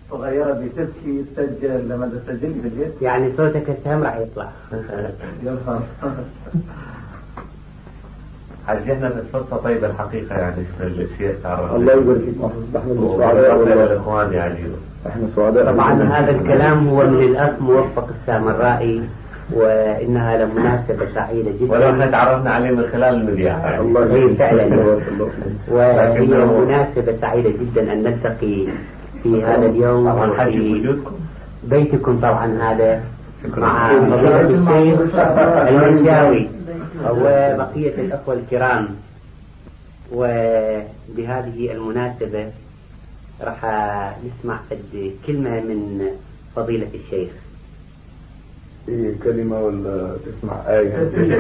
صغيرة بتبكي تسجل لما تسجلي في البيت يعني صوتك السهم راح يطلع. يظهر. حجينا بالفرصة طيبة الحقيقة يعني في الشيء تعرف. الله يبارك فيك. احنا سعداء الاخوان يعني. احنا سعداء. طبعا هذا الكلام هو من الاخ موفق السامرائي، وانها لمناسبة سعيدة جدا. ولو احنا تعرفنا عليه من خلال المذياع يعني. الله فعلا. وهي مناسبة سعيدة جدا ان نلتقي في هذا اليوم. طبعا حاجة وجودكم. بيتكم طبعا هذا مع فضيلة الشيخ المنشاوي وبقية الأخوة الكرام. وبهذه المناسبة راح نسمع كلمة من فضيلة الشيخ. إيه كلمة ولا تسمع آية؟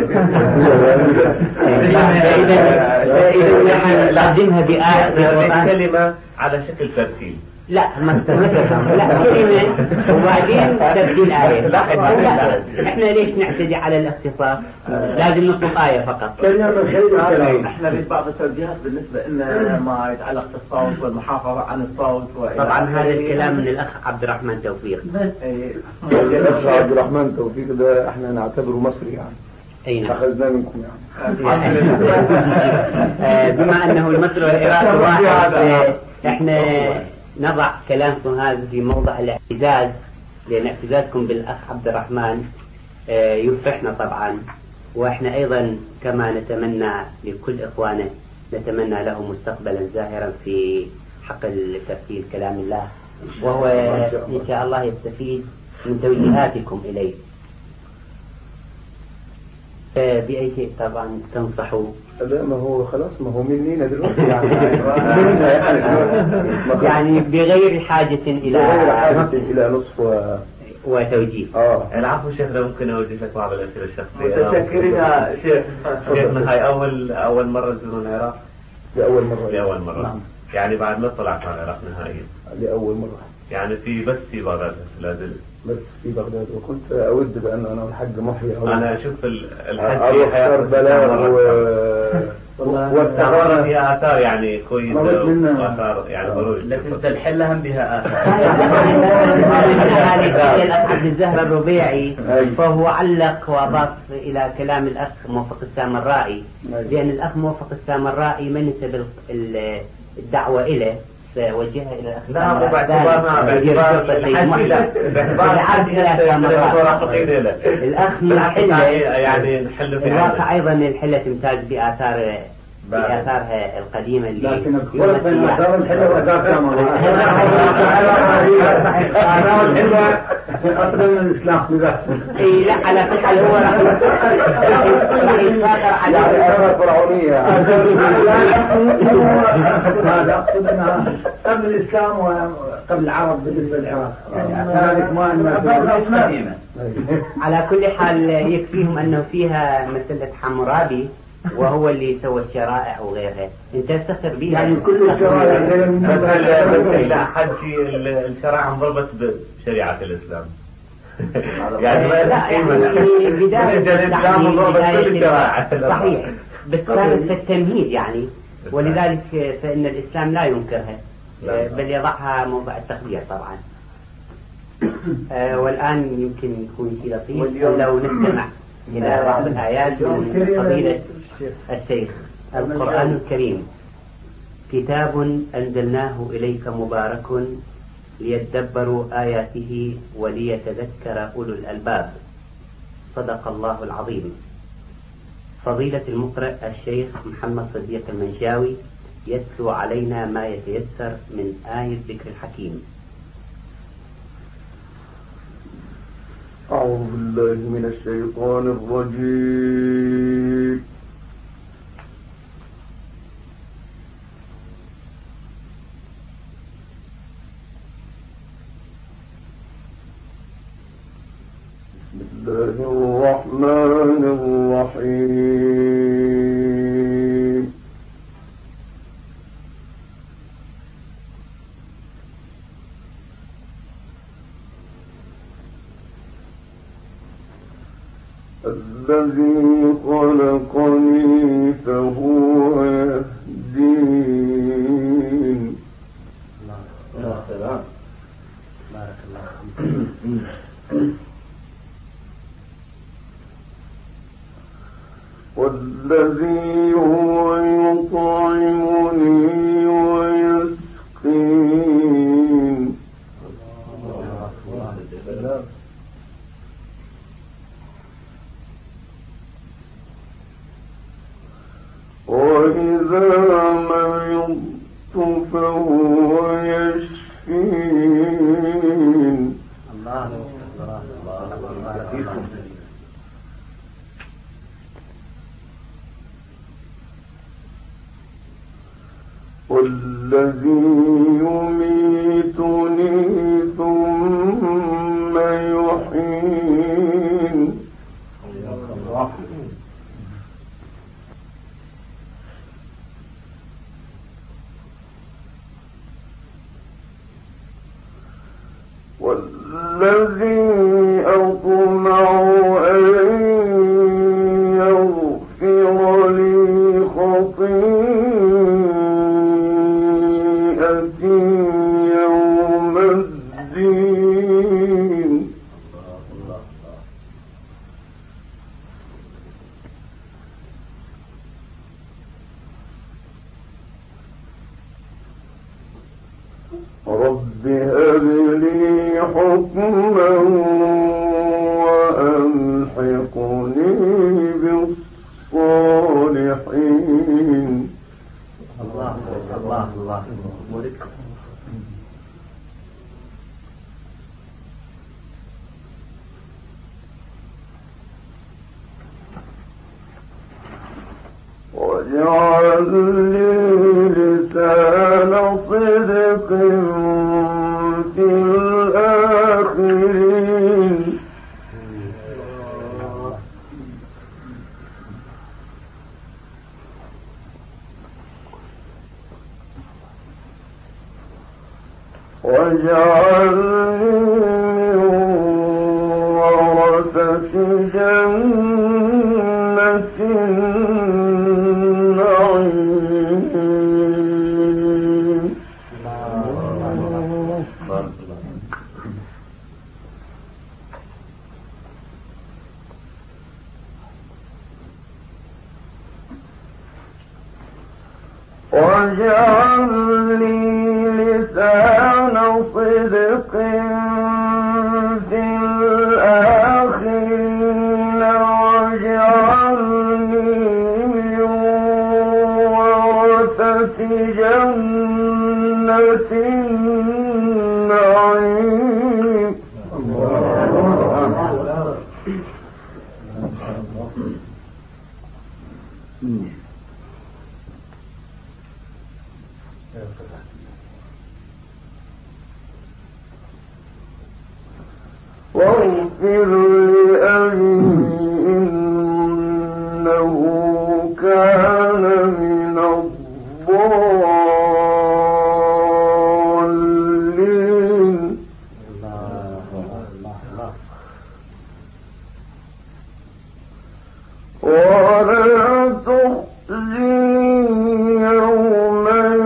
إذا نقدمها بآية كلمة على شكل ترتيب. لا ما تفهم. لا كلمة وبعدين تبديل آية. لا احنا ليش نعتدي على الاختصاص؟ لازم نطلب آية فقط. احنا في بعض التوجيهات بالنسبة لنا ما يتعلق بالصوت والمحافظة عن الصوت. طبعا هذا الكلام من الأخ عبد الرحمن توفيق. الأخ عبد الرحمن توفيق ده احنا نعتبره مصري يعني. أي نعم. أخذنا منكم يعني. بما أنه المصري والعراق واحد، احنا نضع كلامكم هذا في موضع الاعتزاز، لأن اعتزازكم بالأخ عبد الرحمن يفرحنا طبعا. وإحنا أيضا كما نتمنى لكل إخوانه نتمنى له مستقبلا زاهرا في حقل تفسير كلام الله، وهو إن شاء الله يستفيد من توجيهاتكم إليه. بأي شيء طبعا تنصحوا؟ لا ما هو خلاص ما هو منينا دلوقتي يعني بغير حاجة إلى نصف وتوجيه. العفو شيخنا، ممكن أوجه لك بعض الأسئلة الشخصية؟ متشكرين يا شيخ. شيخنا هاي أول مرة تزورون العراق؟ لأول مرة. لأول مرة. نعم. يعني بعد ما طلعت على العراق نهائيا؟ لأول مرة. يعني بس في بغداد لا زلت؟ بس في بغداد. وكنت أود بأن أنا والحج محيي أنا أشوف الحج أروح كربلاء والثغرة فيها آثار يعني كويسة وآثار يعني ضروري، لكن تلحلها بها آثار. الأخ عبد الزهر الربيعي فهو علق وأضاف إلى كلام الأخ موفق السامرائي، لأن الأخ موفق السامرائي ما نسب الدعوة إليه وجهها إلى الأخ. لا الأخ من حلة يعني نحل في الواقع أيضا الحلة تمتاز بآثارها القديمة اللي لكن الخلق بين آثار الحلة وآثار السامرة أصلا من الإسلام بذاته. إيه لا على كل حال هو راح يسافر على الآثار الفرعونية. هذا أقصد أنها قبل الإسلام وقبل العرب بالنسبة للعراق. يعني آثار ما على كل حال يكفيهم أنه فيها مسألة حمورابي وهو اللي سوى الشرائع وغيرها. انت تفتخر بها يعني كل الشرائع لا حد في الشرائع انضبط بشريعة الإسلام. يعني بداية الإسلام انضبط كل الشرائع صحيح، بس كانت في التمهيد يعني، ولذلك فإن الإسلام لا ينكرها بل يضعها موضع التقدير طبعا. والآن يمكن يكون شيء لطيف لو نستمع إلى بعض الآيات من فضيلة الشيخ. القرآن الكريم كتاب أنزلناه إليك مبارك ليدبروا آياته وليتذكر أولو الألباب. صدق الله العظيم. فضيلة المقرئ الشيخ محمد صديق المنشاوي يتلو علينا ما يتيسر من آية ذكر الحكيم. أعوذ بالله من الشيطان الرجيم. بسم الله الرحمن الرحيم. الذي خلقني فهو يهدين. بارك الله فيك. والذي هو يطعمني ويسقين وإذا مرضت فهو يشفين. الله فيكم. والذي يميتني ثم يحيين. والذي أطمع أن يغفر لي خطيئتي يوم الدين. رب هب لي حكما وألحقني بالصالحين. الله الله الله ملك. واجعل لي لسان صدق في الآخرين. واجعلني من ورثة جنة النعيم. واجعل لي لسان صدق في الآخرين. واجعلني من ورثة جنة النعيم. واغفر لأبي إنه كان من الضالين. ولا تخزني يوم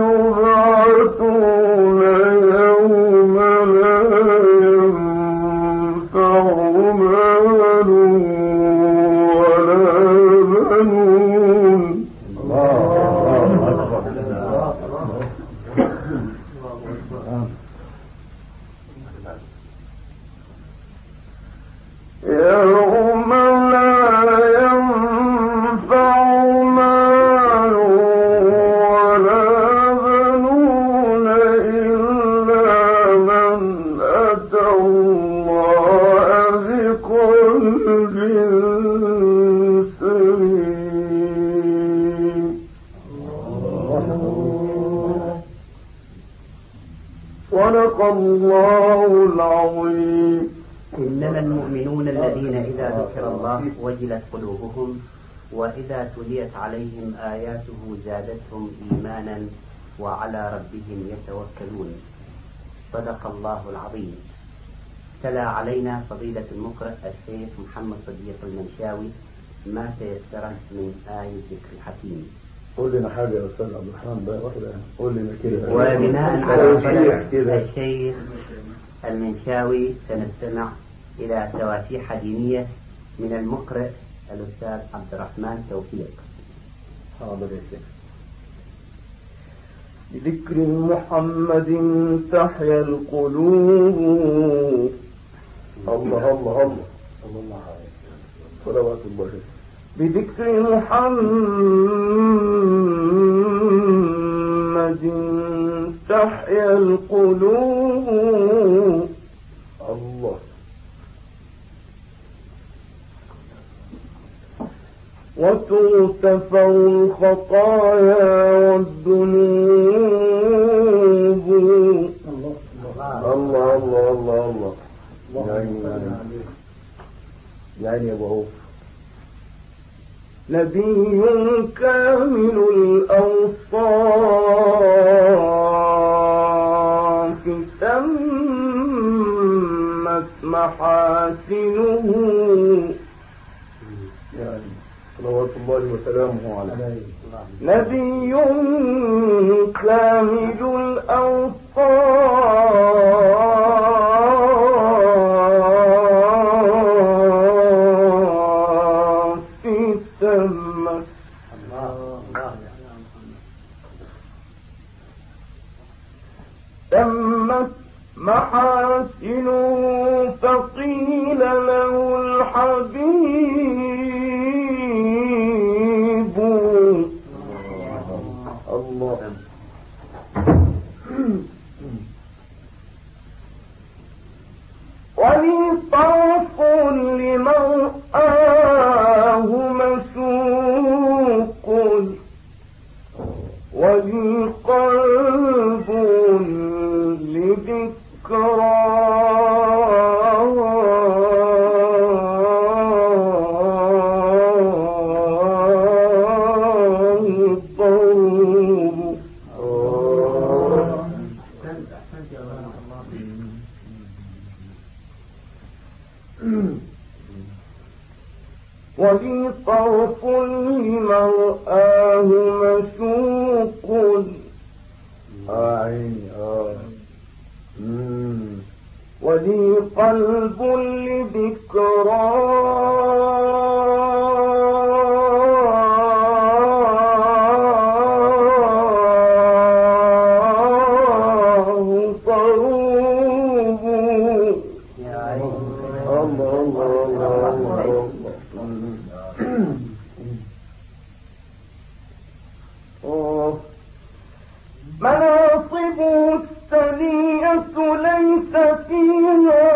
يبعثون يوم لا ينفع مال ولا بنون. يوم لا ينفع مال ولا بنون إلا من أتى الله بقلب سليم. صدق الله العظيم. إنما المؤمنون الذين إذا ذكر الله وجلت قلوبهم وإذا تليت عليهم آياته زادتهم إيمانا وعلى ربهم يتوكلون. صدق الله العظيم. تلا علينا فضيلة المقرئ الشيخ محمد صديق المنشاوي ما تيسر من آية ذكر الحكيم. قول لنا حاجة يا أستاذ عبد الرحمن بقى واحدة، قول لنا كده. وبناء على طلب الشيخ المنشاوي سنستمع إلى تواشيح دينية من المقرئ الأستاذ عبد الرحمن توفيق. حاضر يا شيخ. بذكر محمد تحيا القلوب. الله الله الله الله عليك صلوات الله. بذكر محمد تحيا القلوب. الله. وتغتفر الخطايا والذنوب. الله الله الله الله. يعني يا ابو عوف. نبي كامل الأوصاف تمت محاسنه. يعني صلوات الله وسلامه عليه. نبي كامل الأوصاف تمت محاسنه. فقيل له الحبيب. الله. ولي طرف لمرآه مسوق. ولي قلب ولي طرف لمرآه مسوق. عيني ولي قلب لذكراه صروب. الله الله الله. مناصب الثنية ليس فيها